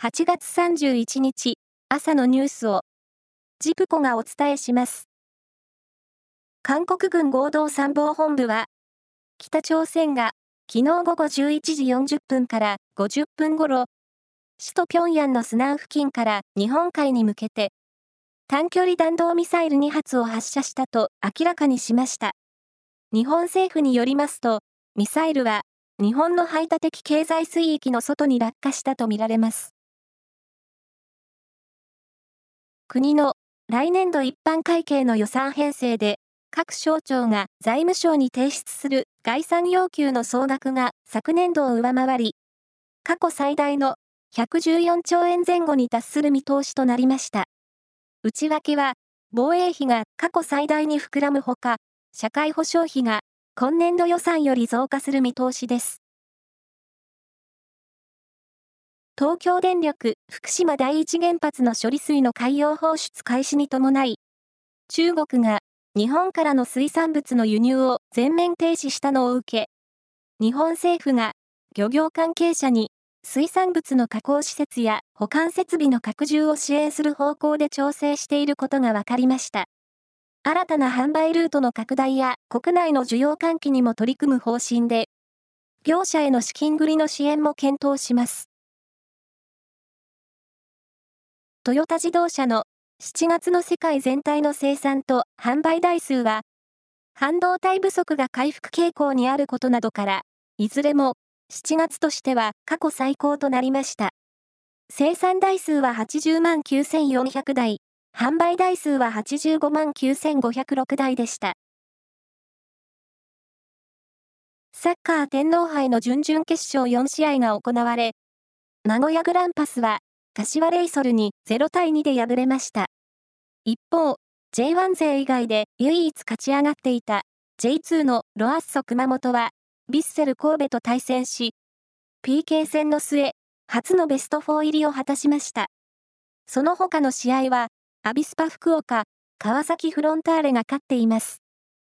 8月31日朝のニュースをジプコがお伝えします。韓国軍合同参謀本部は、北朝鮮が昨日午後11時40分から50分頃、首都平壌のスナン付近から日本海に向けて、短距離弾道ミサイル2発を発射したと明らかにしました。日本政府によりますと、ミサイルは日本の排他的経済水域の外に落下したとみられます。国の来年度一般会計の予算編成で、各省庁が財務省に提出する概算要求の総額が昨年度を上回り、過去最大の114兆円前後に達する見通しとなりました。内訳は、防衛費が過去最大に膨らむほか、社会保障費が今年度予算より増加する見通しです。東京電力福島第一原発の処理水の海洋放出開始に伴い、中国が日本からの水産物の輸入を全面停止したのを受け、日本政府が漁業関係者に水産物の加工施設や保管設備の拡充を支援する方向で調整していることが分かりました。新たな販売ルートの拡大や国内の需要喚起にも取り組む方針で、業者への資金繰りの支援も検討します。トヨタ自動車の7月の世界全体の生産と販売台数は、半導体不足が回復傾向にあることなどから、いずれも7月としては過去最高となりました。生産台数は80万9400台、販売台数は85万9506台でした。サッカー天皇杯の準々決勝4試合が行われ、名古屋グランパスは、柏レイソルに0対2で敗れました。一方、J1 勢以外で唯一勝ち上がっていた J2 のロアッソ熊本は、ヴィッセル神戸と対戦し、PK 戦の末、初のベスト4入りを果たしました。その他の試合は、アビスパ福岡、川崎フロンターレが勝っています。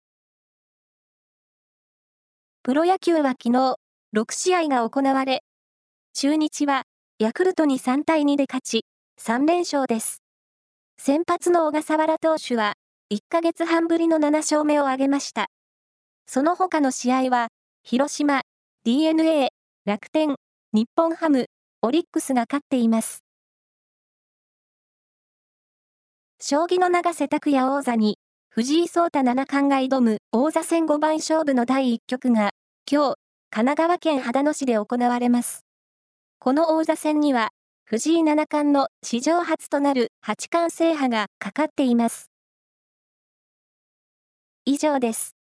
プロ野球は昨日、6試合が行われ、中日は、ヤクルトに3対2で勝ち、3連勝です。先発の小笠原投手は、1ヶ月半ぶりの7勝目を挙げました。その他の試合は、広島、DNA、楽天、日本ハム、オリックスが勝っています。将棋の永瀬拓矢王座に、藤井聡太七冠が挑む王座戦五番勝負の第1局が、今日、神奈川県秦野市で行われます。この王座戦には、藤井七冠の史上初となる八冠制覇がかかっています。以上です。